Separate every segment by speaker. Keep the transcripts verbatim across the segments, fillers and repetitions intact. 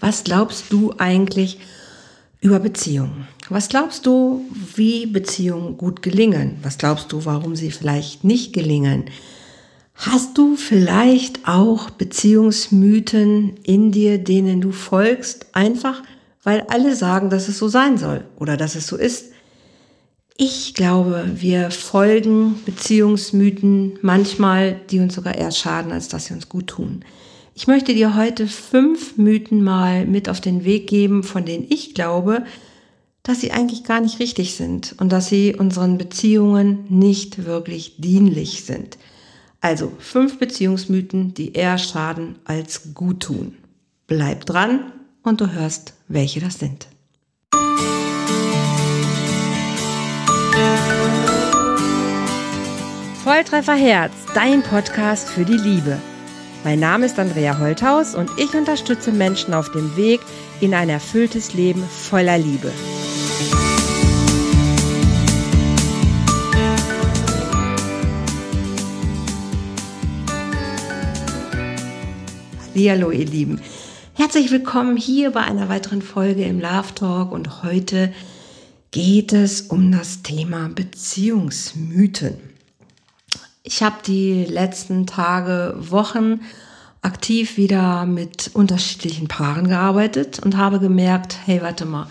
Speaker 1: Was glaubst du eigentlich über Beziehungen? Was glaubst du, wie Beziehungen gut gelingen? Was glaubst du, warum sie vielleicht nicht gelingen? Hast du vielleicht auch Beziehungsmythen in dir, denen du folgst, einfach weil alle sagen, dass es so sein soll oder dass es so ist? Ich glaube, wir folgen Beziehungsmythen manchmal, die uns sogar eher schaden, als dass sie uns gut tun. Ich möchte dir heute fünf Mythen mal mit auf den Weg geben, von denen ich glaube, dass sie eigentlich gar nicht richtig sind und dass sie unseren Beziehungen nicht wirklich dienlich sind. Also fünf Beziehungsmythen, die eher schaden als gut tun. Bleib dran und du hörst, welche das sind. Volltreffer Herz, dein Podcast für die Liebe. Mein Name ist Andrea Holthaus und ich unterstütze Menschen auf dem Weg in ein erfülltes Leben voller Liebe. Hallo ihr Lieben, herzlich willkommen hier bei einer weiteren Folge im Love Talk und heute geht es um das Thema Beziehungsmythen. Ich habe die letzten Tage, Wochen aktiv wieder mit unterschiedlichen Paaren gearbeitet und habe gemerkt, hey, warte mal,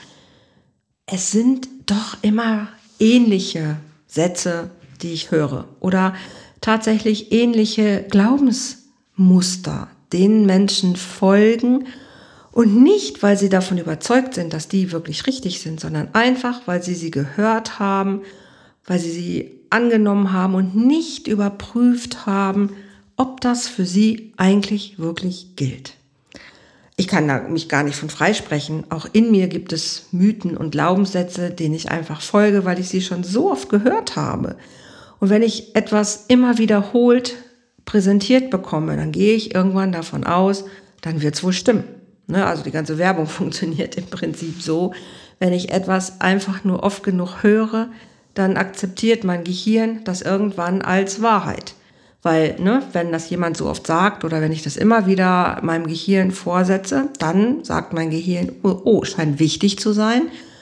Speaker 1: es sind doch immer ähnliche Sätze, die ich höre oder tatsächlich ähnliche Glaubensmuster, denen Menschen folgen und nicht, weil sie davon überzeugt sind, dass die wirklich richtig sind, sondern einfach, weil sie sie gehört haben, weil sie sie angenommen haben und nicht überprüft haben, ob das für sie eigentlich wirklich gilt. Ich kann da mich gar nicht von freisprechen. Auch in mir gibt es Mythen und Glaubenssätze, denen ich einfach folge, weil ich sie schon so oft gehört habe. Und wenn ich etwas immer wiederholt präsentiert bekomme, dann gehe ich irgendwann davon aus, dann wird es wohl stimmen. Ne? Also die ganze Werbung funktioniert im Prinzip so. Wenn ich etwas einfach nur oft genug höre, dann akzeptiert mein Gehirn das irgendwann als Wahrheit. Weil, ne, wenn das jemand so oft sagt oder wenn ich das immer wieder meinem Gehirn vorsetze, dann sagt mein Gehirn, oh, oh scheint wichtig zu sein,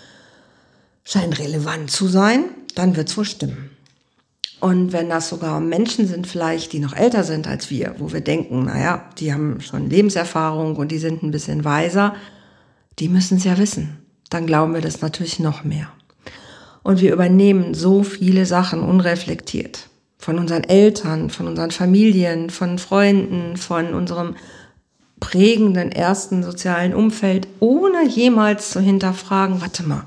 Speaker 1: scheint relevant zu sein, dann wird es wohl stimmen. Und wenn das sogar Menschen sind vielleicht, die noch älter sind als wir, wo wir denken, naja, die haben schon Lebenserfahrung und die sind ein bisschen weiser, die müssen es ja wissen. Dann glauben wir das natürlich noch mehr. Und wir übernehmen so viele Sachen unreflektiert. Von unseren Eltern, von unseren Familien, von Freunden, von unserem prägenden ersten sozialen Umfeld, ohne jemals zu hinterfragen, warte mal,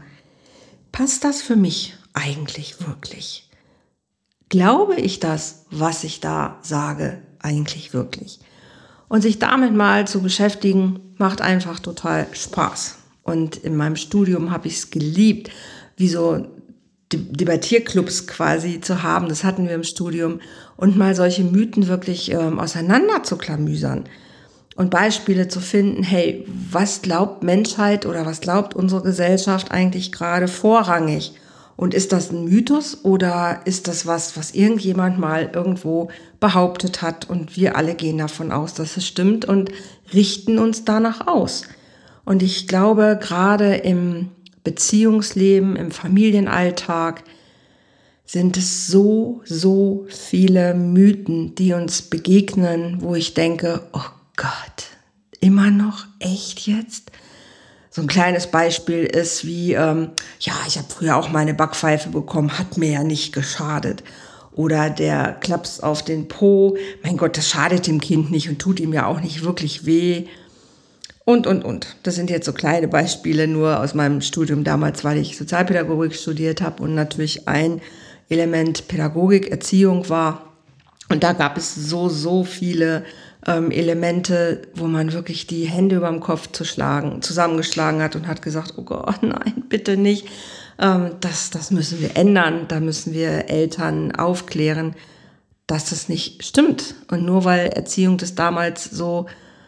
Speaker 1: passt das für mich eigentlich wirklich? Glaube ich das, was ich da sage, eigentlich wirklich? Und sich damit mal zu beschäftigen, macht einfach total Spaß. Und in meinem Studium habe ich es geliebt, wie so Debattierclubs quasi zu haben, das hatten wir im Studium, und mal solche Mythen wirklich ähm, auseinander zu klamüsern und Beispiele zu finden, hey, was glaubt Menschheit oder was glaubt unsere Gesellschaft eigentlich gerade vorrangig? Und ist das ein Mythos oder ist das was, was irgendjemand mal irgendwo behauptet hat und wir alle gehen davon aus, dass es stimmt und richten uns danach aus? Und ich glaube, gerade im Beziehungsleben, im Familienalltag sind es so, so viele Mythen, die uns begegnen, wo ich denke, oh Gott, immer noch echt jetzt? So ein kleines Beispiel ist wie, ähm, ja, ich habe früher auch meine Backpfeife bekommen, hat mir ja nicht geschadet. Oder der Klaps auf den Po, mein Gott, das schadet dem Kind nicht und tut ihm ja auch nicht wirklich weh. Und, und, und. Das sind jetzt so kleine Beispiele nur aus meinem Studium damals, weil ich Sozialpädagogik studiert habe und natürlich ein Element Pädagogik, Erziehung war. Und da gab es so, so viele ähm, Elemente, wo man wirklich die Hände über dem Kopf zu schlagen, zusammengeschlagen hat und hat gesagt, oh Gott, nein, bitte nicht. Ähm, das, das müssen wir ändern. Da müssen wir Eltern aufklären, dass das nicht stimmt. Und nur weil Erziehung das damals so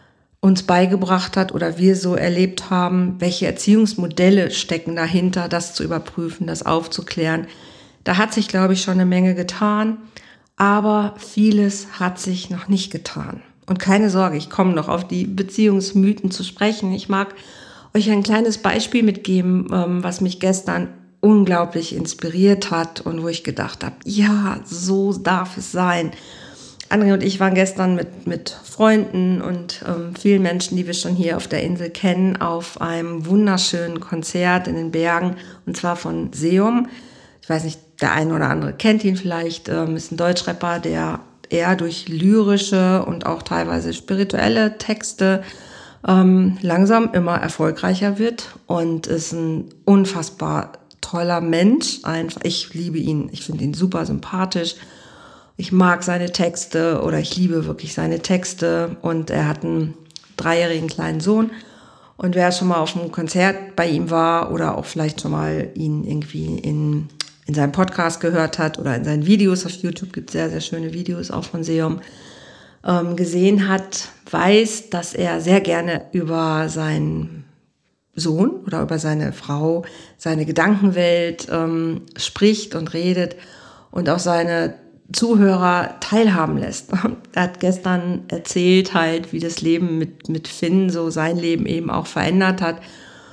Speaker 1: uns beigebracht hat oder wir so erlebt haben, welche Erziehungsmodelle stecken dahinter, das zu überprüfen, das aufzuklären. Da hat sich, glaube ich, schon eine Menge getan, aber vieles hat sich noch nicht getan. Und keine Sorge, ich komme noch auf die Beziehungsmythen zu sprechen. Ich mag euch ein kleines Beispiel mitgeben, was mich gestern unglaublich inspiriert hat und wo ich gedacht habe, ja, so darf es sein. André und ich waren gestern mit, mit Freunden und ähm, vielen Menschen, die wir schon hier auf der Insel kennen, auf einem wunderschönen Konzert in den Bergen, und zwar von Seom. Ich weiß nicht, der eine oder andere kennt ihn vielleicht, ähm, ist ein Deutschrapper, der eher durch lyrische und auch teilweise spirituelle Texte ähm, langsam immer erfolgreicher wird und ist ein unfassbar toller Mensch. Einfach, ich liebe ihn, ich finde ihn super sympathisch. Ich mag seine Texte oder ich liebe wirklich seine Texte, und er hat einen dreijährigen kleinen Sohn, und wer schon mal auf einem Konzert bei ihm war oder auch vielleicht schon mal ihn irgendwie in, in seinem Podcast gehört hat oder in seinen Videos auf YouTube, gibt es sehr, sehr schöne Videos auch von Seom, ähm, gesehen hat, weiß, dass er sehr gerne über seinen Sohn oder über seine Frau, seine Gedankenwelt ähm, spricht und redet und auch seine Zuhörer teilhaben lässt. Er hat gestern erzählt halt, wie das Leben mit, mit Finn so sein Leben eben auch verändert hat,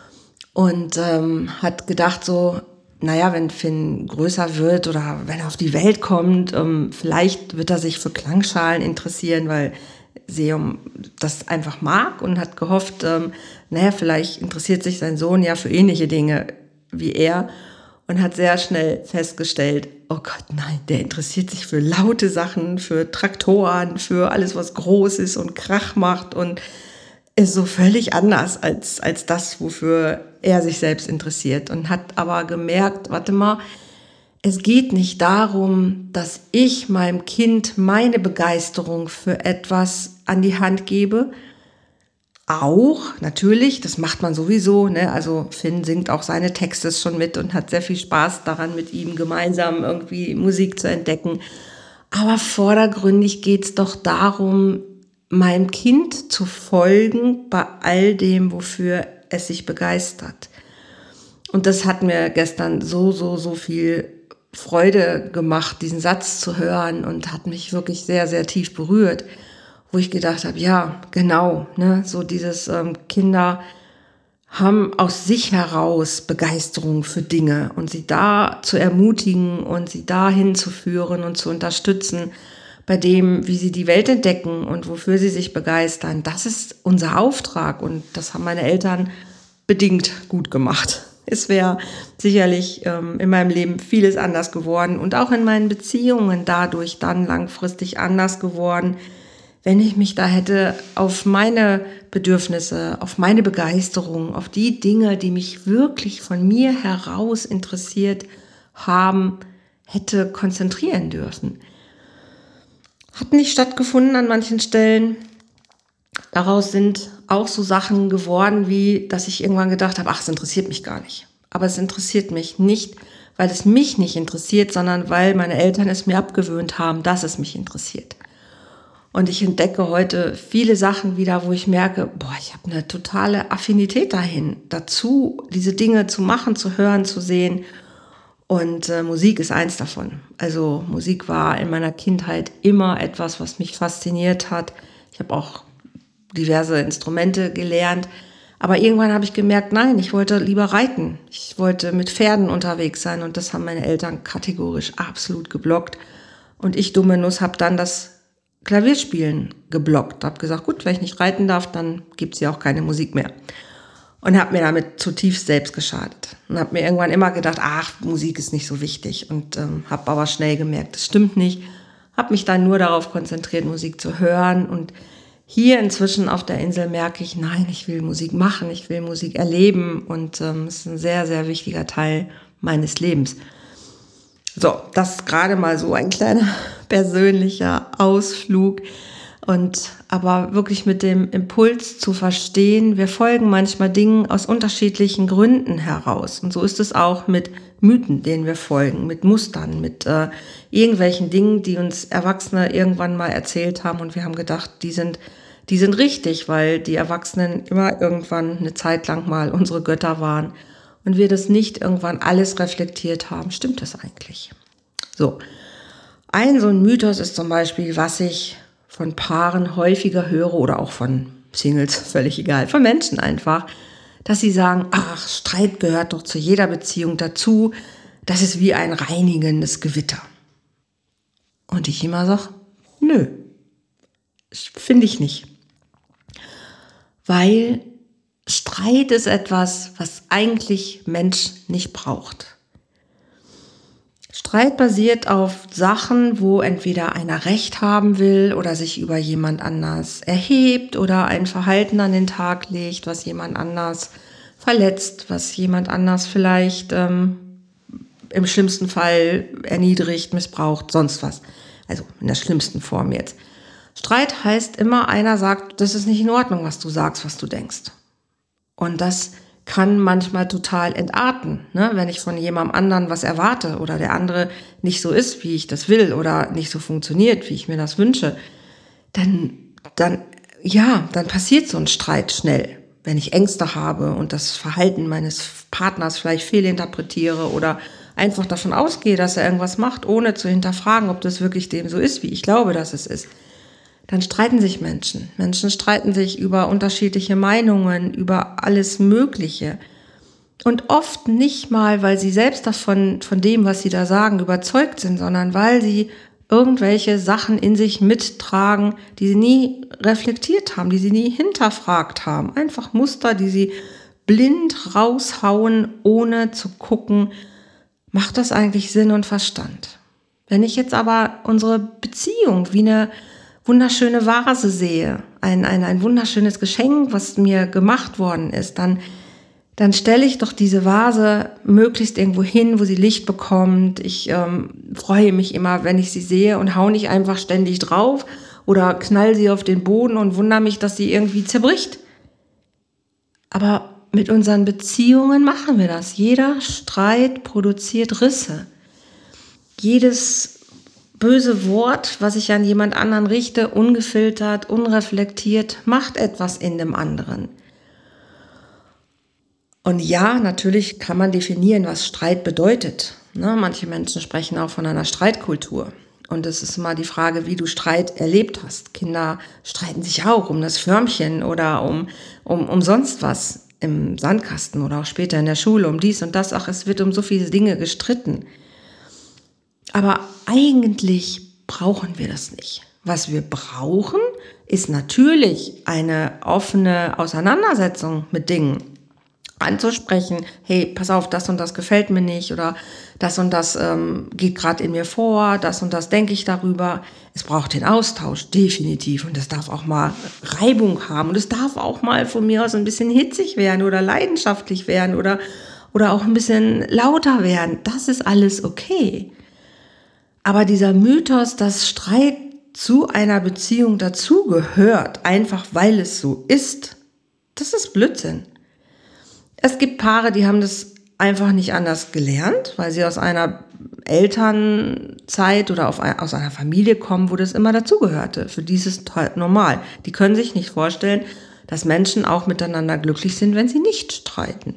Speaker 1: und ähm, hat gedacht so, naja, wenn Finn größer wird oder wenn er auf die Welt kommt, ähm, vielleicht wird er sich für Klangschalen interessieren, weil Seom das einfach mag, und hat gehofft, ähm, naja, vielleicht interessiert sich sein Sohn ja für ähnliche Dinge wie er, und hat sehr schnell festgestellt, oh Gott, nein, der interessiert sich für laute Sachen, für Traktoren, für alles, was groß ist und Krach macht, und ist so völlig anders als, als das, wofür er sich selbst interessiert, und hat aber gemerkt, warte mal, es geht nicht darum, dass ich meinem Kind meine Begeisterung für etwas an die Hand gebe. Auch, natürlich, das macht man sowieso, ne? Also Finn singt auch seine Texte schon mit und hat sehr viel Spaß daran, mit ihm gemeinsam irgendwie Musik zu entdecken. Aber vordergründig geht's doch darum, meinem Kind zu folgen bei all dem, wofür es sich begeistert. Und das hat mir gestern so, so, so viel Freude gemacht, diesen Satz zu hören, und hat mich wirklich sehr, sehr tief berührt, wo ich gedacht habe, ja, genau, ne, so dieses ähm, Kinder haben aus sich heraus Begeisterung für Dinge, und sie da zu ermutigen und sie dahin zu führen und zu unterstützen bei dem, wie sie die Welt entdecken und wofür sie sich begeistern. Das ist unser Auftrag, und das haben meine Eltern bedingt gut gemacht. Es wäre sicherlich ähm, in meinem Leben vieles anders geworden und auch in meinen Beziehungen dadurch dann langfristig anders geworden, wenn ich mich da hätte auf meine Bedürfnisse, auf meine Begeisterung, auf die Dinge, die mich wirklich von mir heraus interessiert haben, hätte konzentrieren dürfen. Hat nicht stattgefunden an manchen Stellen. Daraus sind auch so Sachen geworden, wie, dass ich irgendwann gedacht habe, ach, es interessiert mich gar nicht. Aber es interessiert mich nicht, weil es mich nicht interessiert, sondern weil meine Eltern es mir abgewöhnt haben, dass es mich interessiert. Und ich entdecke heute viele Sachen wieder, wo ich merke, boah, ich habe eine totale Affinität dahin, dazu, diese Dinge zu machen, zu hören, zu sehen. Und äh, Musik ist eins davon. Also Musik war in meiner Kindheit immer etwas, was mich fasziniert hat. Ich habe auch diverse Instrumente gelernt. Aber irgendwann habe ich gemerkt, nein, ich wollte lieber reiten. Ich wollte mit Pferden unterwegs sein, und das haben meine Eltern kategorisch absolut geblockt. Und ich, dumme Nuss, habe dann das Klavierspielen geblockt. Habe gesagt, gut, wenn ich nicht reiten darf, dann gibt es ja auch keine Musik mehr. Und habe mir damit zutiefst selbst geschadet. Und habe mir irgendwann immer gedacht, ach, Musik ist nicht so wichtig. Und ähm, habe aber schnell gemerkt, das stimmt nicht. Habe mich dann nur darauf konzentriert, Musik zu hören. Und hier inzwischen auf der Insel merke ich, nein, ich will Musik machen, ich will Musik erleben. Und ähm, es ist ein sehr, sehr wichtiger Teil meines Lebens. So, das ist gerade mal so ein kleiner persönlicher Ausflug. Und aber wirklich mit dem Impuls zu verstehen, wir folgen manchmal Dingen aus unterschiedlichen Gründen heraus. Und so ist es auch mit Mythen, denen wir folgen, mit Mustern, mit äh, irgendwelchen Dingen, die uns Erwachsene irgendwann mal erzählt haben. Und wir haben gedacht, die sind, die sind richtig, weil die Erwachsenen immer irgendwann eine Zeit lang mal unsere Götter waren. Und wir das nicht irgendwann alles reflektiert haben. Stimmt das eigentlich? So, ein so ein Mythos ist zum Beispiel, was ich von Paaren häufiger höre oder auch von Singles, völlig egal, von Menschen einfach, dass sie sagen, ach, Streit gehört doch zu jeder Beziehung dazu, das ist wie ein reinigendes Gewitter. Und ich immer sage, nö, finde ich nicht. Weil Streit ist etwas, was eigentlich Mensch nicht braucht. Streit basiert auf Sachen, wo entweder einer Recht haben will oder sich über jemand anders erhebt oder ein Verhalten an den Tag legt, was jemand anders verletzt, was jemand anders vielleicht ähm, im schlimmsten Fall erniedrigt, missbraucht, sonst was. Also in der schlimmsten Form jetzt. Streit heißt immer, einer sagt, das ist nicht in Ordnung, was du sagst, was du denkst. Und das kann manchmal total entarten, ne? Wenn ich von jemandem anderen was erwarte oder der andere nicht so ist, wie ich das will oder nicht so funktioniert, wie ich mir das wünsche, dann, dann, ja, dann passiert so ein Streit schnell, wenn ich Ängste habe und das Verhalten meines Partners vielleicht fehlinterpretiere oder einfach davon ausgehe, dass er irgendwas macht, ohne zu hinterfragen, ob das wirklich dem so ist, wie ich glaube, dass es ist. Dann streiten sich Menschen. Menschen streiten sich über unterschiedliche Meinungen, über alles Mögliche. Und oft nicht mal, weil sie selbst davon, von dem, was sie da sagen, überzeugt sind, sondern weil sie irgendwelche Sachen in sich mittragen, die sie nie reflektiert haben, die sie nie hinterfragt haben. Einfach Muster, die sie blind raushauen, ohne zu gucken, macht das eigentlich Sinn und Verstand? Wenn ich jetzt aber unsere Beziehung wie eine wunderschöne Vase sehe, ein, ein, ein wunderschönes Geschenk, was mir gemacht worden ist, dann, dann stelle ich doch diese Vase möglichst irgendwo hin, wo sie Licht bekommt. Ich ähm, freue mich immer, wenn ich sie sehe und hau nicht einfach ständig drauf oder knall sie auf den Boden und wundere mich, dass sie irgendwie zerbricht. Aber mit unseren Beziehungen machen wir das. Jeder Streit produziert Risse. Jedes böse Wort, was ich an jemand anderen richte, ungefiltert, unreflektiert, macht etwas in dem anderen. Und ja, natürlich kann man definieren, was Streit bedeutet. Ne, manche Menschen sprechen auch von einer Streitkultur. Und es ist immer die Frage, wie du Streit erlebt hast. Kinder streiten sich auch um das Förmchen oder um, um, um sonst was im Sandkasten oder auch später in der Schule, um dies und das. Ach, es wird um so viele Dinge gestritten. Aber eigentlich brauchen wir das nicht. Was wir brauchen, ist natürlich eine offene Auseinandersetzung mit Dingen. Anzusprechen, hey, pass auf, das und das gefällt mir nicht oder das und das ähm, geht gerade in mir vor, das und das denke ich darüber. Es braucht den Austausch, definitiv. Und es darf auch mal Reibung haben und es darf auch mal von mir aus ein bisschen hitzig werden oder leidenschaftlich werden oder, oder auch ein bisschen lauter werden. Das ist alles okay. Aber dieser Mythos, dass Streit zu einer Beziehung dazugehört, einfach weil es so ist, das ist Blödsinn. Es gibt Paare, die haben das einfach nicht anders gelernt, weil sie aus einer Elternzeit oder auf, aus einer Familie kommen, wo das immer dazugehörte. Für die ist es halt normal. Die können sich nicht vorstellen, dass Menschen auch miteinander glücklich sind, wenn sie nicht streiten.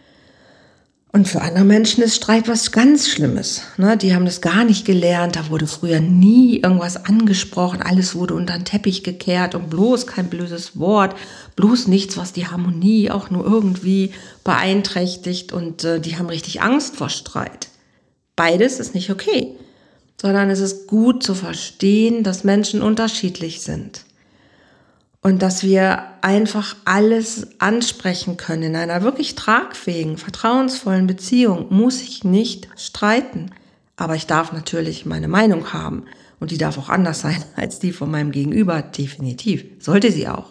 Speaker 1: Und für andere Menschen ist Streit was ganz Schlimmes. Ne? Die haben das gar nicht gelernt, da wurde früher nie irgendwas angesprochen, alles wurde unter den Teppich gekehrt und bloß kein böses Wort, bloß nichts, was die Harmonie auch nur irgendwie beeinträchtigt und äh, die haben richtig Angst vor Streit. Beides ist nicht okay, sondern es ist gut zu verstehen, dass Menschen unterschiedlich sind. Und dass wir einfach alles ansprechen können. In einer wirklich tragfähigen, vertrauensvollen Beziehung muss ich nicht streiten. Aber ich darf natürlich meine Meinung haben. Und die darf auch anders sein als die von meinem Gegenüber. Definitiv. Sollte sie auch.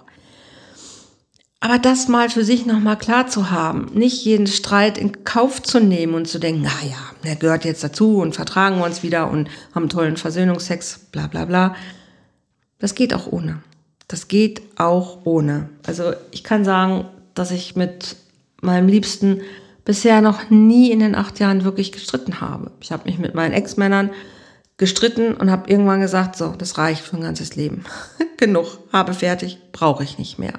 Speaker 1: Aber das mal für sich nochmal klar zu haben. Nicht jeden Streit in Kauf zu nehmen und zu denken, na ja, der gehört jetzt dazu und vertragen wir uns wieder und haben tollen Versöhnungsex, bla bla bla. Das geht auch ohne. Das geht auch ohne. Also ich kann sagen, dass ich mit meinem Liebsten bisher noch nie in den acht Jahren wirklich gestritten habe. Ich habe mich mit meinen Ex-Männern gestritten und habe irgendwann gesagt, so, das reicht für ein ganzes Leben. Genug, habe fertig, brauche ich nicht mehr.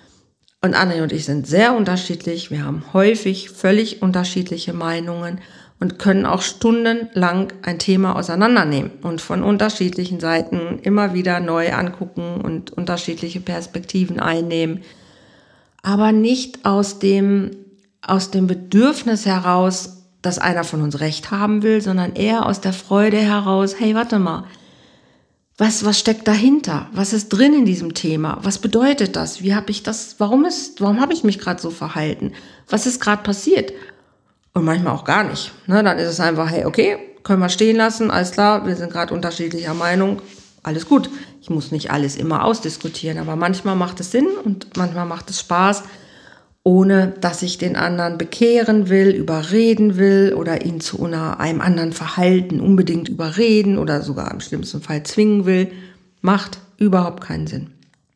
Speaker 1: Und André und ich sind sehr unterschiedlich. Wir haben häufig völlig unterschiedliche Meinungen. und können auch stundenlang ein Thema auseinandernehmen und von unterschiedlichen Seiten immer wieder neu angucken und unterschiedliche Perspektiven einnehmen. Aber nicht aus dem, aus dem Bedürfnis heraus, dass einer von uns Recht haben will, sondern eher aus der Freude heraus, hey, warte mal, was, was steckt dahinter? Was ist drin in diesem Thema? Was bedeutet das? Wie habe ich das, warum ist, warum habe ich mich gerade so verhalten? Was ist gerade passiert? Und manchmal auch gar nicht. Ne? Dann ist es einfach, hey, okay, können wir stehen lassen, alles klar, wir sind gerade unterschiedlicher Meinung, alles gut. Ich muss nicht alles immer ausdiskutieren, aber manchmal macht es Sinn und manchmal macht es Spaß, ohne dass ich den anderen bekehren will, überreden will oder ihn zu einem anderen Verhalten unbedingt überreden oder sogar im schlimmsten Fall zwingen will. Macht überhaupt keinen Sinn.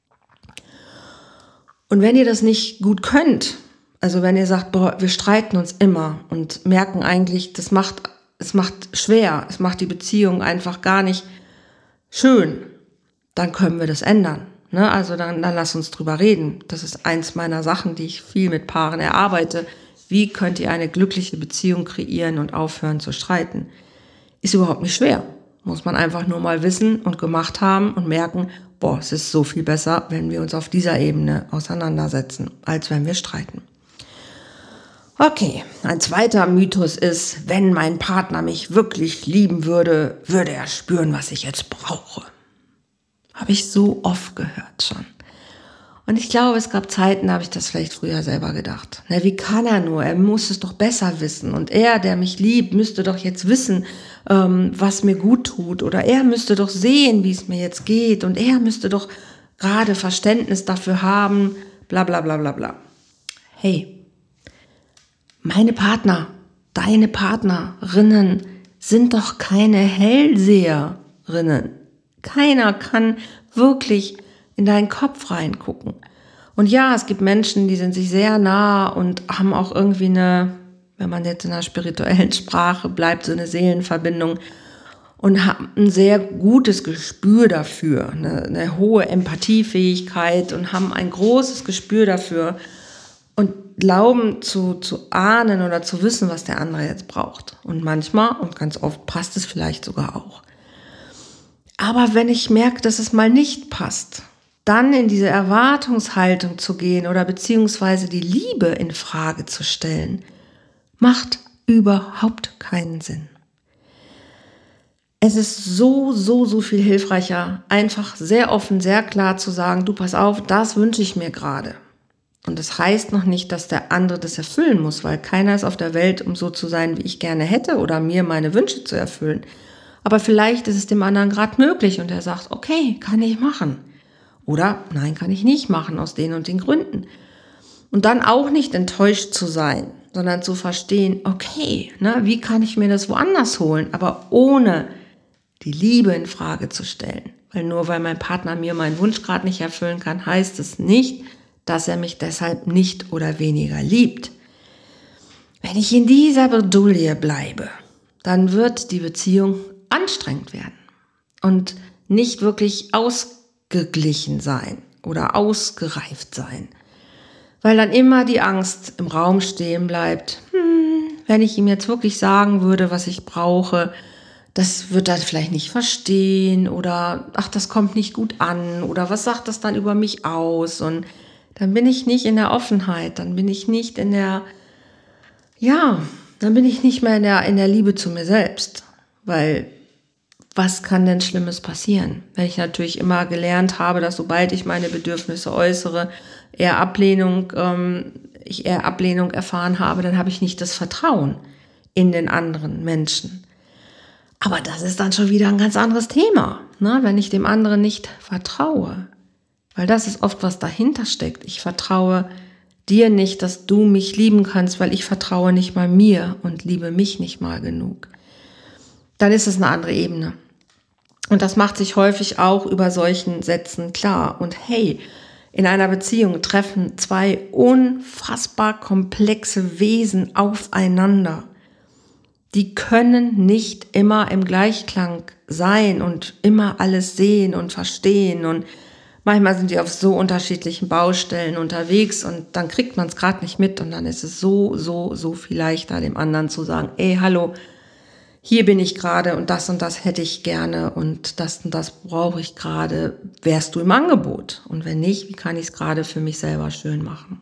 Speaker 1: Und wenn ihr das nicht gut könnt, also wenn ihr sagt, boah, wir streiten uns immer und merken eigentlich, das macht, es macht schwer, es macht die Beziehung einfach gar nicht schön, dann können wir das ändern. Ne? Also dann, dann lass uns drüber reden. Das ist eins meiner Sachen, die ich viel mit Paaren erarbeite. Wie könnt ihr eine glückliche Beziehung kreieren und aufhören zu streiten? Ist überhaupt nicht schwer. Muss man einfach nur mal wissen und gemacht haben und merken, boah, es ist so viel besser, wenn wir uns auf dieser Ebene auseinandersetzen, als wenn wir streiten. Okay, ein zweiter Mythos ist, wenn mein Partner mich wirklich lieben würde, würde er spüren, was ich jetzt brauche. Habe ich so oft gehört schon. Und ich glaube, es gab Zeiten, da habe ich das vielleicht früher selber gedacht. Na, wie kann er nur? Er muss es doch besser wissen. Und er, der mich liebt, müsste doch jetzt wissen, ähm, was mir gut tut. Oder er müsste doch sehen, wie es mir jetzt geht. Und er müsste doch gerade Verständnis dafür haben, bla bla bla bla bla. Hey, meine Partner, deine Partnerinnen sind doch keine Hellseherinnen. Keiner kann wirklich in deinen Kopf reingucken. Und ja, es gibt Menschen, die sind sich sehr nah und haben auch irgendwie eine, wenn man jetzt in einer spirituellen Sprache bleibt, so eine Seelenverbindung und haben ein sehr gutes Gespür dafür, eine, eine hohe Empathiefähigkeit und haben ein großes Gespür dafür und glauben zu, zu ahnen oder zu wissen, was der andere jetzt braucht. Und manchmal und ganz oft passt es vielleicht sogar auch. Aber wenn ich merke, dass es mal nicht passt, dann in diese Erwartungshaltung zu gehen oder beziehungsweise die Liebe in Frage zu stellen, macht überhaupt keinen Sinn. Es ist so, so, so viel hilfreicher, einfach sehr offen, sehr klar zu sagen, du pass auf, das wünsche ich mir gerade. Und das heißt noch nicht, dass der andere das erfüllen muss, weil keiner ist auf der Welt, um so zu sein, wie ich gerne hätte oder mir meine Wünsche zu erfüllen. Aber vielleicht ist es dem anderen gerade möglich und er sagt, okay, kann ich machen. Oder nein, kann ich nicht machen, aus den und den Gründen. Und dann auch nicht enttäuscht zu sein, sondern zu verstehen, okay, ne, wie kann ich mir das woanders holen, aber ohne die Liebe in Frage zu stellen. Weil nur weil mein Partner mir meinen Wunsch gerade nicht erfüllen kann, heißt es nicht, dass er mich deshalb nicht oder weniger liebt. Wenn ich in dieser Bredouille bleibe, dann wird die Beziehung anstrengend werden und nicht wirklich ausgeglichen sein oder ausgereift sein, weil dann immer die Angst im Raum stehen bleibt, hm, wenn ich ihm jetzt wirklich sagen würde, was ich brauche, das wird er vielleicht nicht verstehen oder ach, das kommt nicht gut an oder was sagt das dann über mich aus und dann bin ich nicht in der Offenheit, dann bin ich nicht in der, ja, dann bin ich nicht mehr in der, in der Liebe zu mir selbst, weil was kann denn Schlimmes passieren? Wenn ich natürlich immer gelernt habe, dass sobald ich meine Bedürfnisse äußere, eher Ablehnung, ähm, ich eher Ablehnung erfahren habe, dann habe ich nicht das Vertrauen in den anderen Menschen. Aber das ist dann schon wieder ein ganz anderes Thema, ne? Wenn ich dem anderen nicht vertraue. Weil das ist oft, was dahinter steckt. Ich vertraue dir nicht, dass du mich lieben kannst, weil ich vertraue nicht mal mir und liebe mich nicht mal genug. Dann ist es eine andere Ebene. Und das macht sich häufig auch über solchen Sätzen klar. Und hey, in einer Beziehung treffen zwei unfassbar komplexe Wesen aufeinander. Die können nicht immer im Gleichklang sein und immer alles sehen und verstehen. Und Manchmal sind die auf so unterschiedlichen Baustellen unterwegs und dann kriegt man es gerade nicht mit und dann ist es so, so, so viel leichter, dem anderen zu sagen, ey, hallo, hier bin ich gerade und das und das hätte ich gerne und das und das brauche ich gerade, wärst du im Angebot? Und wenn nicht, wie kann ich es gerade für mich selber schön machen?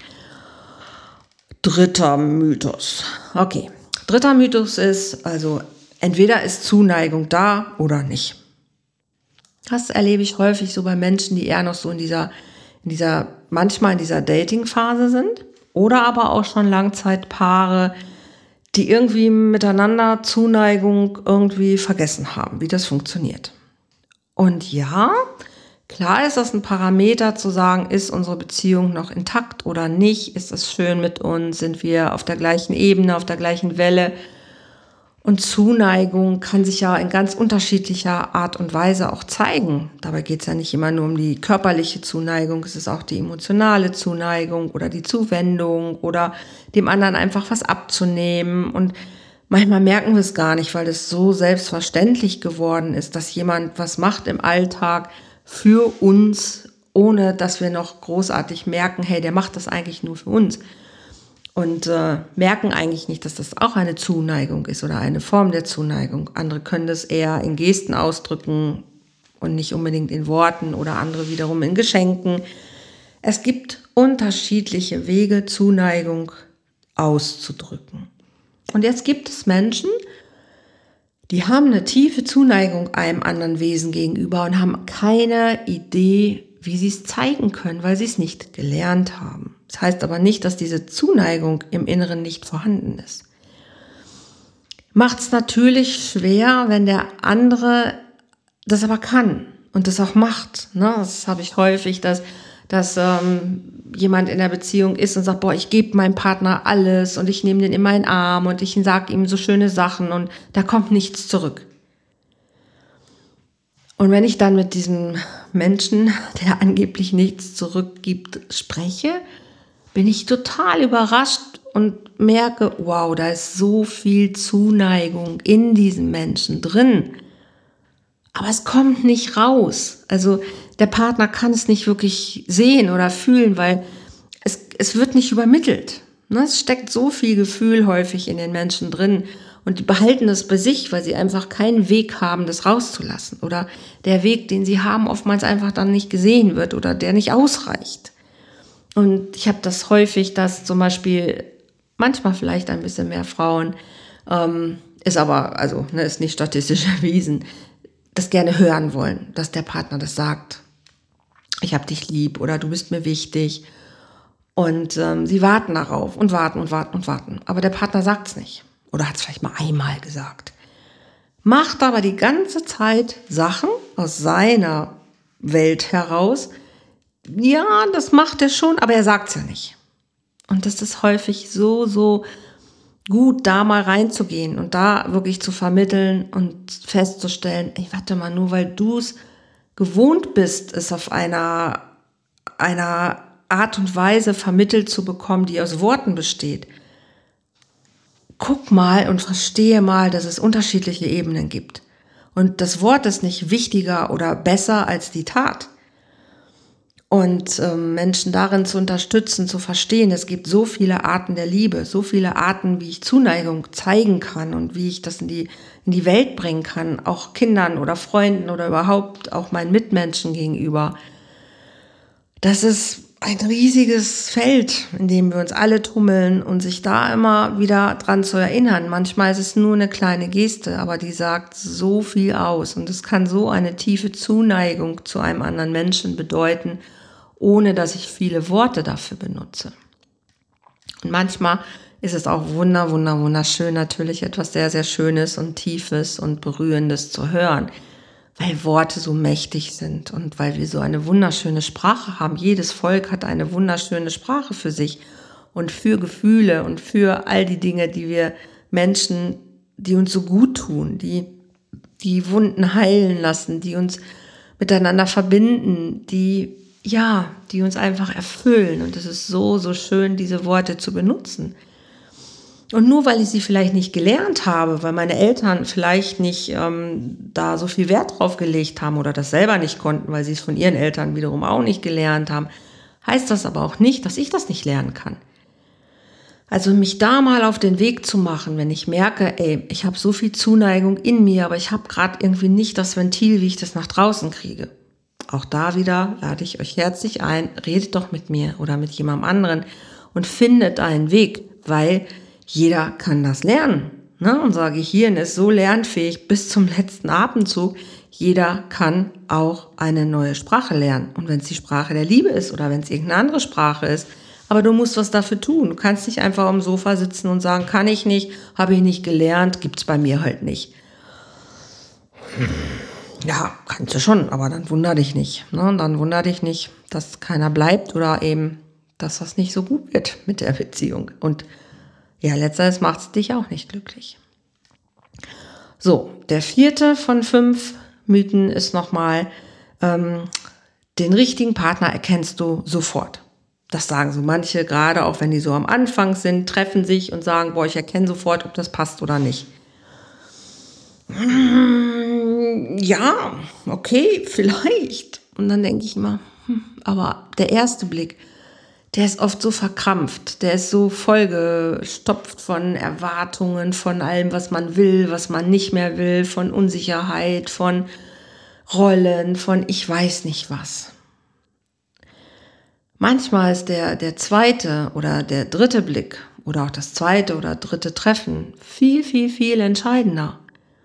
Speaker 1: Dritter Mythos. Okay, dritter Mythos ist, also entweder ist Zuneigung da oder nicht. Das erlebe ich häufig so bei Menschen, die eher noch so in dieser, in dieser, manchmal in dieser Dating-Phase sind oder aber auch schon Langzeitpaare, die irgendwie miteinander Zuneigung irgendwie vergessen haben, wie das funktioniert. Und ja, klar ist das ein Parameter zu sagen, ist unsere Beziehung noch intakt oder nicht, ist es schön mit uns, sind wir auf der gleichen Ebene, auf der gleichen Welle. Und Zuneigung kann sich ja in ganz unterschiedlicher Art und Weise auch zeigen. Dabei geht es ja nicht immer nur um die körperliche Zuneigung, es ist auch die emotionale Zuneigung oder die Zuwendung oder dem anderen einfach was abzunehmen. Und manchmal merken wir es gar nicht, weil es so selbstverständlich geworden ist, dass jemand was macht im Alltag für uns, ohne dass wir noch großartig merken, hey, der macht das eigentlich nur für uns. Und äh, merken eigentlich nicht, dass das auch eine Zuneigung ist oder eine Form der Zuneigung. Andere können das eher in Gesten ausdrücken und nicht unbedingt in Worten oder andere wiederum in Geschenken. Es gibt unterschiedliche Wege, Zuneigung auszudrücken. Und jetzt gibt es Menschen, die haben eine tiefe Zuneigung einem anderen Wesen gegenüber und haben keine Idee, wie sie es zeigen können, weil sie es nicht gelernt haben. Das heißt aber nicht, dass diese Zuneigung im Inneren nicht vorhanden ist. Macht es natürlich schwer, wenn der andere das aber kann und das auch macht. Ne? Das habe ich häufig, dass, dass ähm, jemand in der Beziehung ist und sagt, boah, ich gebe meinem Partner alles und ich nehme den in meinen Arm und ich sage ihm so schöne Sachen und da kommt nichts zurück. Und wenn ich dann mit diesem Menschen, der angeblich nichts zurückgibt, spreche, bin ich total überrascht und merke, wow, da ist so viel Zuneigung in diesem Menschen drin. Aber es kommt nicht raus. Also der Partner kann es nicht wirklich sehen oder fühlen, weil es, es wird nicht übermittelt. Es steckt so viel Gefühl häufig in den Menschen drin. Und die behalten das bei sich, weil sie einfach keinen Weg haben, das rauszulassen. Oder der Weg, den sie haben, oftmals einfach dann nicht gesehen wird oder der nicht ausreicht. Und ich habe das häufig, dass zum Beispiel manchmal vielleicht ein bisschen mehr Frauen, ähm, ist aber, also ne, ist nicht statistisch erwiesen, das gerne hören wollen, dass der Partner das sagt. Ich habe dich lieb oder du bist mir wichtig. Und ähm, sie warten darauf und warten und warten und warten. Aber der Partner sagt es nicht. Oder hat es vielleicht mal einmal gesagt. Macht aber die ganze Zeit Sachen aus seiner Welt heraus. Ja, das macht er schon, aber er sagt es ja nicht. Und das ist häufig so, so gut, da mal reinzugehen und da wirklich zu vermitteln und festzustellen, ey, warte mal, nur weil du es gewohnt bist, es auf einer, einer Art und Weise vermittelt zu bekommen, die aus Worten besteht. Guck mal und verstehe mal, dass es unterschiedliche Ebenen gibt. Und das Wort ist nicht wichtiger oder besser als die Tat. Und ähm, Menschen darin zu unterstützen, zu verstehen, es gibt so viele Arten der Liebe, so viele Arten, wie ich Zuneigung zeigen kann und wie ich das in die, in die Welt bringen kann, auch Kindern oder Freunden oder überhaupt auch meinen Mitmenschen gegenüber. Das ist ein riesiges Feld, in dem wir uns alle tummeln und sich da immer wieder dran zu erinnern. Manchmal ist es nur eine kleine Geste, aber die sagt so viel aus und es kann so eine tiefe Zuneigung zu einem anderen Menschen bedeuten, ohne dass ich viele Worte dafür benutze. Und manchmal ist es auch wunder, wunder, wunderschön, natürlich etwas sehr, sehr Schönes und Tiefes und Berührendes zu hören, weil Worte so mächtig sind und weil wir so eine wunderschöne Sprache haben. Jedes Volk hat eine wunderschöne Sprache für sich und für Gefühle und für all die Dinge, die wir Menschen, die uns so gut tun, die die Wunden heilen lassen, die uns miteinander verbinden, die ja, die uns einfach erfüllen. Und es ist so, so schön, diese Worte zu benutzen. Und nur weil ich sie vielleicht nicht gelernt habe, weil meine Eltern vielleicht nicht ähm, da so viel Wert drauf gelegt haben oder das selber nicht konnten, weil sie es von ihren Eltern wiederum auch nicht gelernt haben, heißt das aber auch nicht, dass ich das nicht lernen kann. Also mich da mal auf den Weg zu machen, wenn ich merke, ey, ich habe so viel Zuneigung in mir, aber ich habe gerade irgendwie nicht das Ventil, wie ich das nach draußen kriege. Auch da wieder lade ich euch herzlich ein, redet doch mit mir oder mit jemandem anderen und findet einen Weg, weil jeder kann das lernen. Ne? Unser Gehirn ist so lernfähig bis zum letzten Atemzug. Jeder kann auch eine neue Sprache lernen. Und wenn es die Sprache der Liebe ist oder wenn es irgendeine andere Sprache ist, aber du musst was dafür tun. Du kannst nicht einfach am Sofa sitzen und sagen, kann ich nicht, habe ich nicht gelernt, gibt's bei mir halt nicht. Ja, kannst du schon, aber dann wundere dich nicht. Ne? Und dann wundere dich nicht, dass keiner bleibt oder eben, dass das nicht so gut wird mit der Beziehung. Und ja, letzteres macht es dich auch nicht glücklich. So, der vierte von fünf Mythen ist nochmal, ähm, den richtigen Partner erkennst du sofort. Das sagen so manche, gerade auch wenn die so am Anfang sind, treffen sich und sagen, boah, ich erkenne sofort, ob das passt oder nicht. Ja, okay, vielleicht. Und dann denke ich immer, hm, aber der erste Blick, der ist oft so verkrampft, der ist so vollgestopft von Erwartungen, von allem, was man will, was man nicht mehr will, von Unsicherheit, von Rollen, von ich weiß nicht was. Manchmal ist der, der zweite oder der dritte Blick oder auch das zweite oder dritte Treffen viel, viel, viel entscheidender.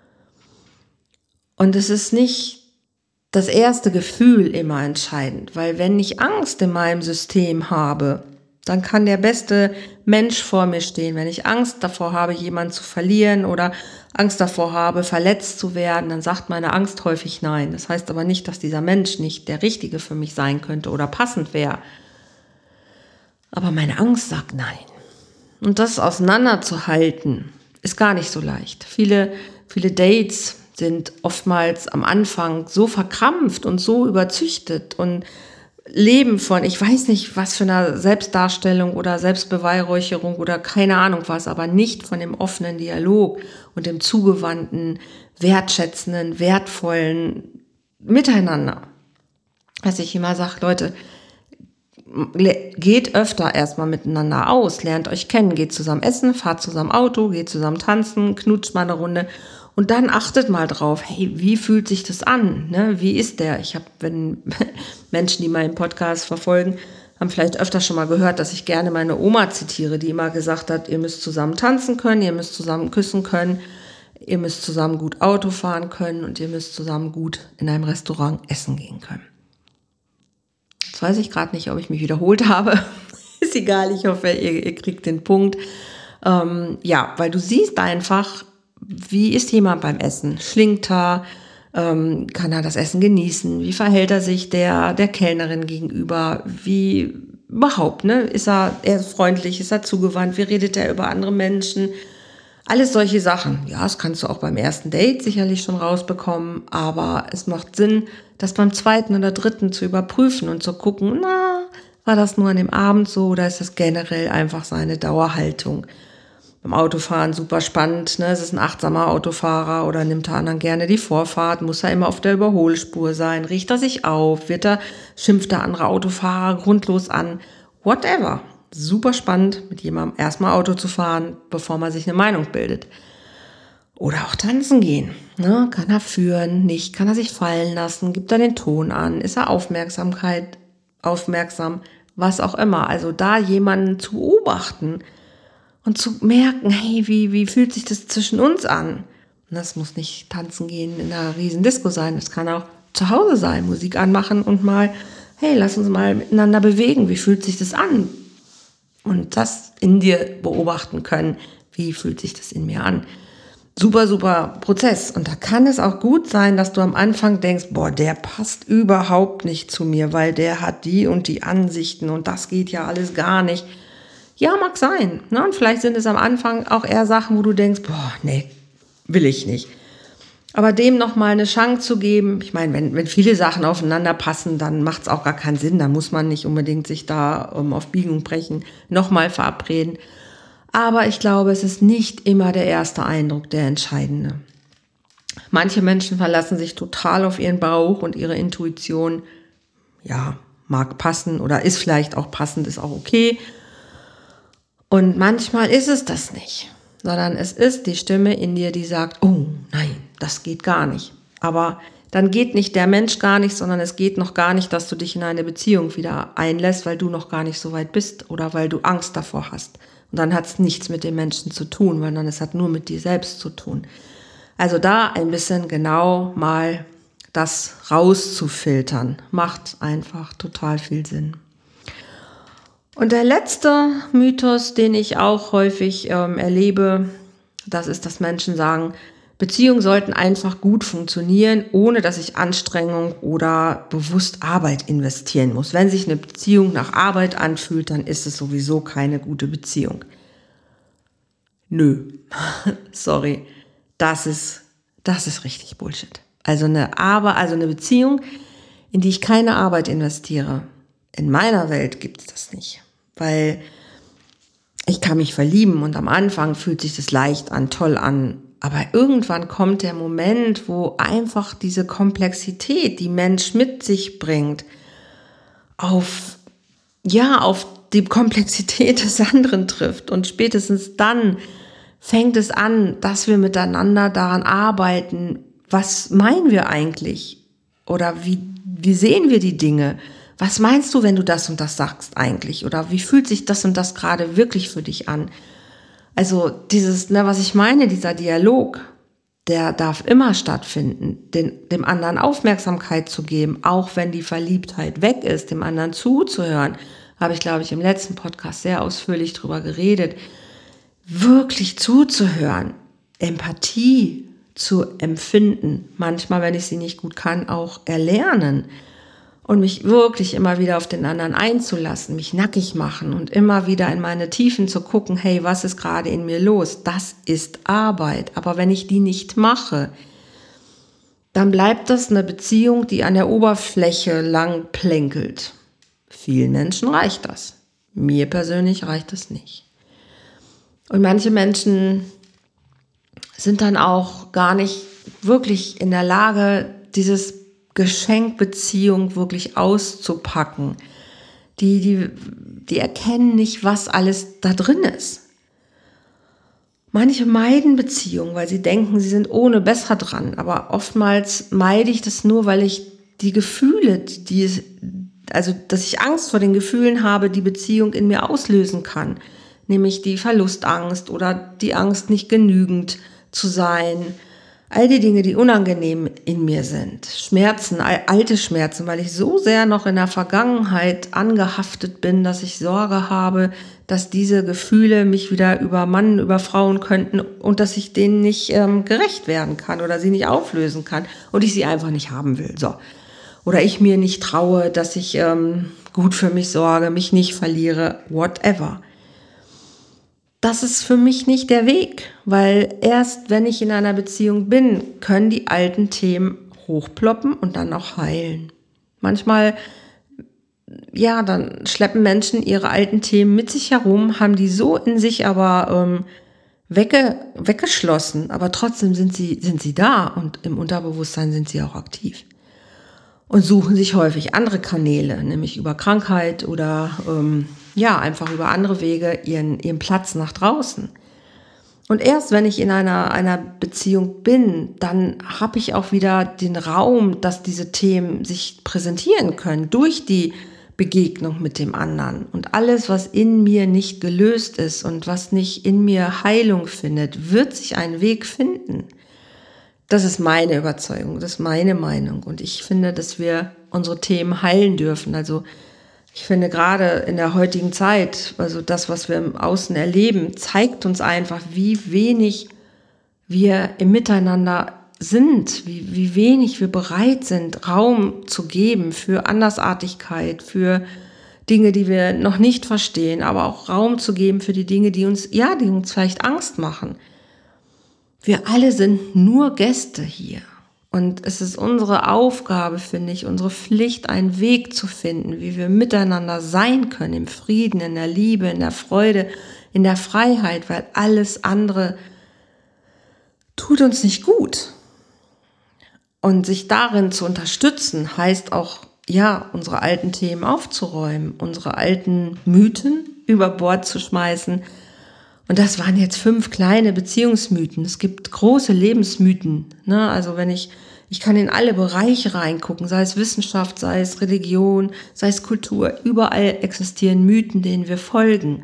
Speaker 1: Und es ist nicht das erste Gefühl immer entscheidend, weil wenn ich Angst in meinem System habe, dann kann der beste Mensch vor mir stehen. Wenn ich Angst davor habe, jemanden zu verlieren oder Angst davor habe, verletzt zu werden, dann sagt meine Angst häufig nein. Das heißt aber nicht, dass dieser Mensch nicht der Richtige für mich sein könnte oder passend wäre. Aber meine Angst sagt nein. Und das auseinanderzuhalten, ist gar nicht so leicht. Viele, viele Dates sind oftmals am Anfang so verkrampft und so überzüchtet und leben von, ich weiß nicht, was für einer Selbstdarstellung oder Selbstbeweihräucherung oder keine Ahnung was, aber nicht von dem offenen Dialog und dem zugewandten, wertschätzenden, wertvollen Miteinander. Dass ich immer sage, Leute, geht öfter erstmal miteinander aus, lernt euch kennen, geht zusammen essen, fahrt zusammen Auto, geht zusammen tanzen, knutscht mal eine Runde. Und dann achtet mal drauf, hey, wie fühlt sich das an? Ne? Wie ist der? Ich habe, wenn Menschen, die meinen Podcast verfolgen, haben vielleicht öfter schon mal gehört, dass ich gerne meine Oma zitiere, die immer gesagt hat, ihr müsst zusammen tanzen können, ihr müsst zusammen küssen können, ihr müsst zusammen gut Auto fahren können und ihr müsst zusammen gut in einem Restaurant essen gehen können. Jetzt weiß ich gerade nicht, ob ich mich wiederholt habe. Ist egal, ich hoffe, ihr, ihr kriegt den Punkt. Ähm, ja, weil du siehst einfach, wie ist jemand beim Essen? Schlingt er? Ähm, kann er das Essen genießen? Wie verhält er sich der, der Kellnerin gegenüber? Wie überhaupt, ne? Ist er eher freundlich? Ist er zugewandt? Wie redet er über andere Menschen? Alles solche Sachen. Ja, das kannst du auch beim ersten Date sicherlich schon rausbekommen, aber es macht Sinn, das beim zweiten oder dritten zu überprüfen und zu gucken, na, war das nur an dem Abend so oder ist das generell einfach seine Dauerhaltung? Beim Autofahren super spannend, ne? Es ist ein achtsamer Autofahrer oder nimmt der anderen gerne die Vorfahrt, muss er immer auf der Überholspur sein, riecht er sich auf, wird er, schimpft der andere Autofahrer grundlos an, whatever. Super spannend, mit jemandem erstmal Auto zu fahren, bevor man sich eine Meinung bildet. Oder auch tanzen gehen, ne? Kann er führen, nicht, kann er sich fallen lassen, gibt er den Ton an, ist er Aufmerksamkeit, aufmerksam, was auch immer. Also da jemanden zu beobachten, und zu merken, hey, wie, wie fühlt sich das zwischen uns an? Und das muss nicht tanzen gehen in einer riesen Disco sein. Das kann auch zu Hause sein, Musik anmachen und mal, hey, lass uns mal miteinander bewegen. Wie fühlt sich das an? Und das in dir beobachten können. Wie fühlt sich das in mir an? Super, super Prozess. Und da kann es auch gut sein, dass du am Anfang denkst, boah, der passt überhaupt nicht zu mir, weil der hat die und die Ansichten und das geht ja alles gar nicht. Ja, mag sein. Ne? Und vielleicht sind es am Anfang auch eher Sachen, wo du denkst, boah, nee, will ich nicht. Aber dem nochmal eine Chance zu geben, ich meine, wenn, wenn viele Sachen aufeinander passen, dann macht es auch gar keinen Sinn. Da muss man nicht unbedingt sich da um, auf Biegen und Brechen nochmal verabreden. Aber ich glaube, es ist nicht immer der erste Eindruck der entscheidende. Manche Menschen verlassen sich total auf ihren Bauch und ihre Intuition. Ja, mag passen oder ist vielleicht auch passend, ist auch okay. Und manchmal ist es das nicht, sondern es ist die Stimme in dir, die sagt, oh nein, das geht gar nicht. Aber dann geht nicht der Mensch gar nicht, sondern es geht noch gar nicht, dass du dich in eine Beziehung wieder einlässt, weil du noch gar nicht so weit bist oder weil du Angst davor hast. Und dann hat es nichts mit dem Menschen zu tun, weil dann es hat nur mit dir selbst zu tun. Also da ein bisschen genau mal das rauszufiltern, macht einfach total viel Sinn. Und der letzte Mythos, den ich auch häufig ähm, erlebe, das ist, dass Menschen sagen, Beziehungen sollten einfach gut funktionieren, ohne dass ich Anstrengung oder bewusst Arbeit investieren muss. Wenn sich eine Beziehung nach Arbeit anfühlt, dann ist es sowieso keine gute Beziehung. Nö, sorry, das ist, das ist richtig Bullshit. Also eine, aber, also eine Beziehung, in die ich keine Arbeit investiere, in meiner Welt gibt es das nicht. Weil ich kann mich verlieben und am Anfang fühlt sich das leicht an, toll an. Aber irgendwann kommt der Moment, wo einfach diese Komplexität, die Mensch mit sich bringt, auf, ja, auf die Komplexität des anderen trifft. Und spätestens dann fängt es an, dass wir miteinander daran arbeiten, was meinen wir eigentlich? Oder wie, wie sehen wir die Dinge? Was meinst du, wenn du das und das sagst eigentlich? Oder wie fühlt sich das und das gerade wirklich für dich an? Also dieses, ne, was ich meine, dieser Dialog, der darf immer stattfinden, den, dem anderen Aufmerksamkeit zu geben, auch wenn die Verliebtheit weg ist, dem anderen zuzuhören, habe ich, glaube ich, im letzten Podcast sehr ausführlich drüber geredet, wirklich zuzuhören, Empathie zu empfinden, manchmal, wenn ich sie nicht gut kann, auch erlernen und mich wirklich immer wieder auf den anderen einzulassen, mich nackig machen und immer wieder in meine Tiefen zu gucken, hey, was ist gerade in mir los? Das ist Arbeit, aber wenn ich die nicht mache, dann bleibt das eine Beziehung, die an der Oberfläche lang plänkelt. Vielen Menschen reicht das. Mir persönlich reicht das nicht. Und manche Menschen sind dann auch gar nicht wirklich in der Lage, dieses Geschenk Beziehung wirklich auszupacken. Die, die, die erkennen nicht, was alles da drin ist. Manche meiden Beziehungen, weil sie denken, sie sind ohne besser dran. Aber oftmals meide ich das nur, weil ich die Gefühle, die, also dass ich Angst vor den Gefühlen habe, die Beziehung in mir auslösen kann. Nämlich die Verlustangst oder die Angst, nicht genügend zu sein. All die Dinge, die unangenehm in mir sind. Schmerzen, alte Schmerzen, weil ich so sehr noch in der Vergangenheit angehaftet bin, dass ich Sorge habe, dass diese Gefühle mich wieder übermannen, überfrauen könnten und dass ich denen nicht ähm, gerecht werden kann oder sie nicht auflösen kann und ich sie einfach nicht haben will. So. Oder ich mir nicht traue, dass ich ähm, gut für mich sorge, mich nicht verliere, whatever. Das ist für mich nicht der Weg, weil erst wenn ich in einer Beziehung bin, können die alten Themen hochploppen und dann auch heilen. Manchmal, ja, dann schleppen Menschen ihre alten Themen mit sich herum, haben die so in sich aber ähm, wegge, weggeschlossen, aber trotzdem sind sie, sind sie da und im Unterbewusstsein sind sie auch aktiv. Und suchen sich häufig andere Kanäle, nämlich über Krankheit oder ähm, ja einfach über andere Wege ihren, ihren Platz nach draußen. Und erst wenn ich in einer, einer Beziehung bin, dann habe ich auch wieder den Raum, dass diese Themen sich präsentieren können durch die Begegnung mit dem anderen. Und alles, was in mir nicht gelöst ist und was nicht in mir Heilung findet, wird sich einen Weg finden. Das ist meine Überzeugung, das ist meine Meinung. Und ich finde, dass wir unsere Themen heilen dürfen. Also ich finde gerade in der heutigen Zeit, also das, was wir im Außen erleben, zeigt uns einfach, wie wenig wir im Miteinander sind, wie, wie wenig wir bereit sind, Raum zu geben für Andersartigkeit, für Dinge, die wir noch nicht verstehen, aber auch Raum zu geben für die Dinge, die uns, ja, die uns vielleicht Angst machen. Wir alle sind nur Gäste hier und es ist unsere Aufgabe, finde ich, unsere Pflicht, einen Weg zu finden, wie wir miteinander sein können, im Frieden, in der Liebe, in der Freude, in der Freiheit, weil alles andere tut uns nicht gut. Und sich darin zu unterstützen, heißt auch, ja, unsere alten Themen aufzuräumen, unsere alten Mythen über Bord zu schmeißen. Und das waren jetzt fünf kleine Beziehungsmythen. Es gibt große Lebensmythen. Ne? Also wenn ich, ich kann in alle Bereiche reingucken, sei es Wissenschaft, sei es Religion, sei es Kultur. Überall existieren Mythen, denen wir folgen.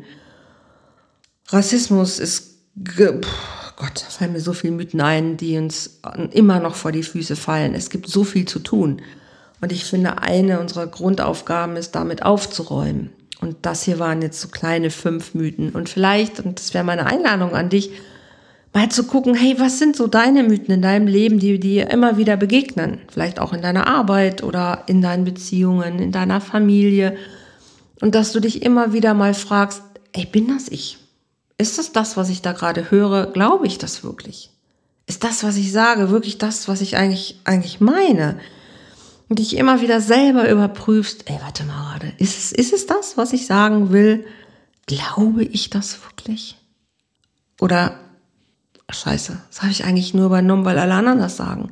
Speaker 1: Rassismus ist, ge- Gott, da fallen mir so viele Mythen ein, die uns immer noch vor die Füße fallen. Es gibt so viel zu tun. Und ich finde, eine unserer Grundaufgaben ist, damit aufzuräumen. Und das hier waren jetzt so kleine fünf Mythen. Und vielleicht, und das wäre meine Einladung an dich, mal zu gucken, hey, was sind so deine Mythen in deinem Leben, die dir immer wieder begegnen? Vielleicht auch in deiner Arbeit oder in deinen Beziehungen, in deiner Familie. Und dass du dich immer wieder mal fragst, ey, bin das ich? Ist das das, was ich da gerade höre? Glaube ich das wirklich? Ist das, was ich sage, wirklich das, was ich eigentlich, eigentlich meine? Und dich immer wieder selber überprüfst, ey, warte mal gerade, ist es, ist es das, was ich sagen will? Glaube ich das wirklich? Oder, scheiße, das habe ich eigentlich nur übernommen, weil alle anderen das sagen.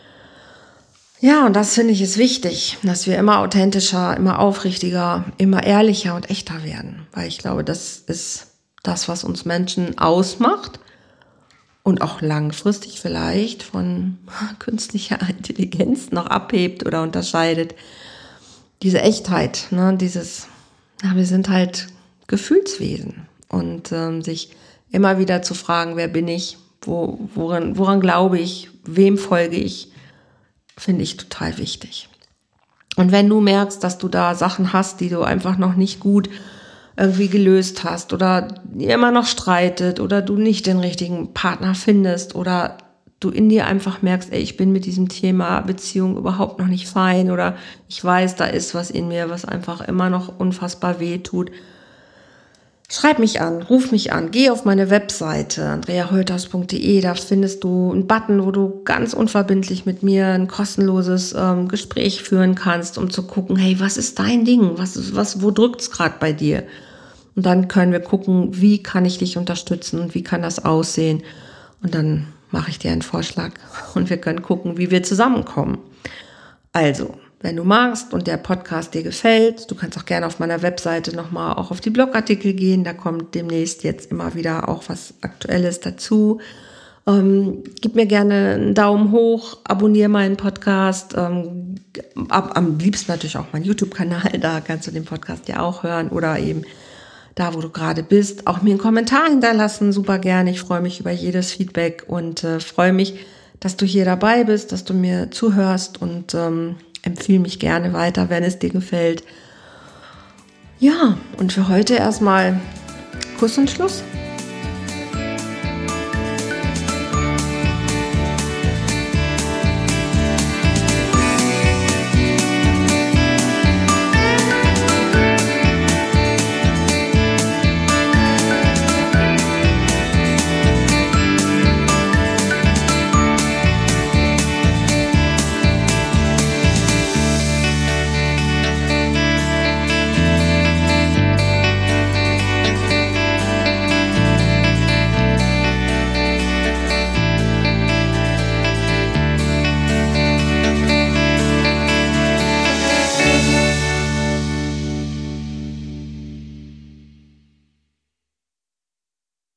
Speaker 1: Ja, und das finde ich ist wichtig, dass wir immer authentischer, immer aufrichtiger, immer ehrlicher und echter werden. Weil ich glaube, das ist das, was uns Menschen ausmacht. Und auch langfristig vielleicht von künstlicher Intelligenz noch abhebt oder unterscheidet. Diese Echtheit, ne, dieses, ja, wir sind halt Gefühlswesen. Und ähm, sich immer wieder zu fragen, wer bin ich, wo, woran, woran glaube ich, wem folge ich, finde ich total wichtig. Und wenn du merkst, dass du da Sachen hast, die du einfach noch nicht gut irgendwie gelöst hast oder ihr immer noch streitet oder du nicht den richtigen Partner findest oder du in dir einfach merkst, ey, ich bin mit diesem Thema Beziehung überhaupt noch nicht fein oder ich weiß, da ist was in mir, was einfach immer noch unfassbar weh tut. Schreib mich an, ruf mich an, geh auf meine Webseite andrea holthaus punkt de, da findest du einen Button, wo du ganz unverbindlich mit mir ein kostenloses ähm, Gespräch führen kannst, um zu gucken, hey, was ist dein Ding, was ist, was, wo drückt's gerade bei dir? Und dann können wir gucken, wie kann ich dich unterstützen und wie kann das aussehen. Und dann mache ich dir einen Vorschlag und wir können gucken, wie wir zusammenkommen. Also, wenn du magst und der Podcast dir gefällt, du kannst auch gerne auf meiner Webseite nochmal auch auf die Blogartikel gehen. Da kommt demnächst jetzt immer wieder auch was Aktuelles dazu. Ähm, gib mir gerne einen Daumen hoch, abonniere meinen Podcast. Ähm, ab, am liebsten natürlich auch meinen YouTube-Kanal, da kannst du den Podcast ja auch hören oder eben da, wo du gerade bist, auch mir einen Kommentar hinterlassen, super gerne. Ich freue mich über jedes Feedback und äh, freue mich, dass du hier dabei bist, dass du mir zuhörst und ähm, empfehle mich gerne weiter, wenn es dir gefällt. Ja, und für heute erstmal Kuss und Schluss.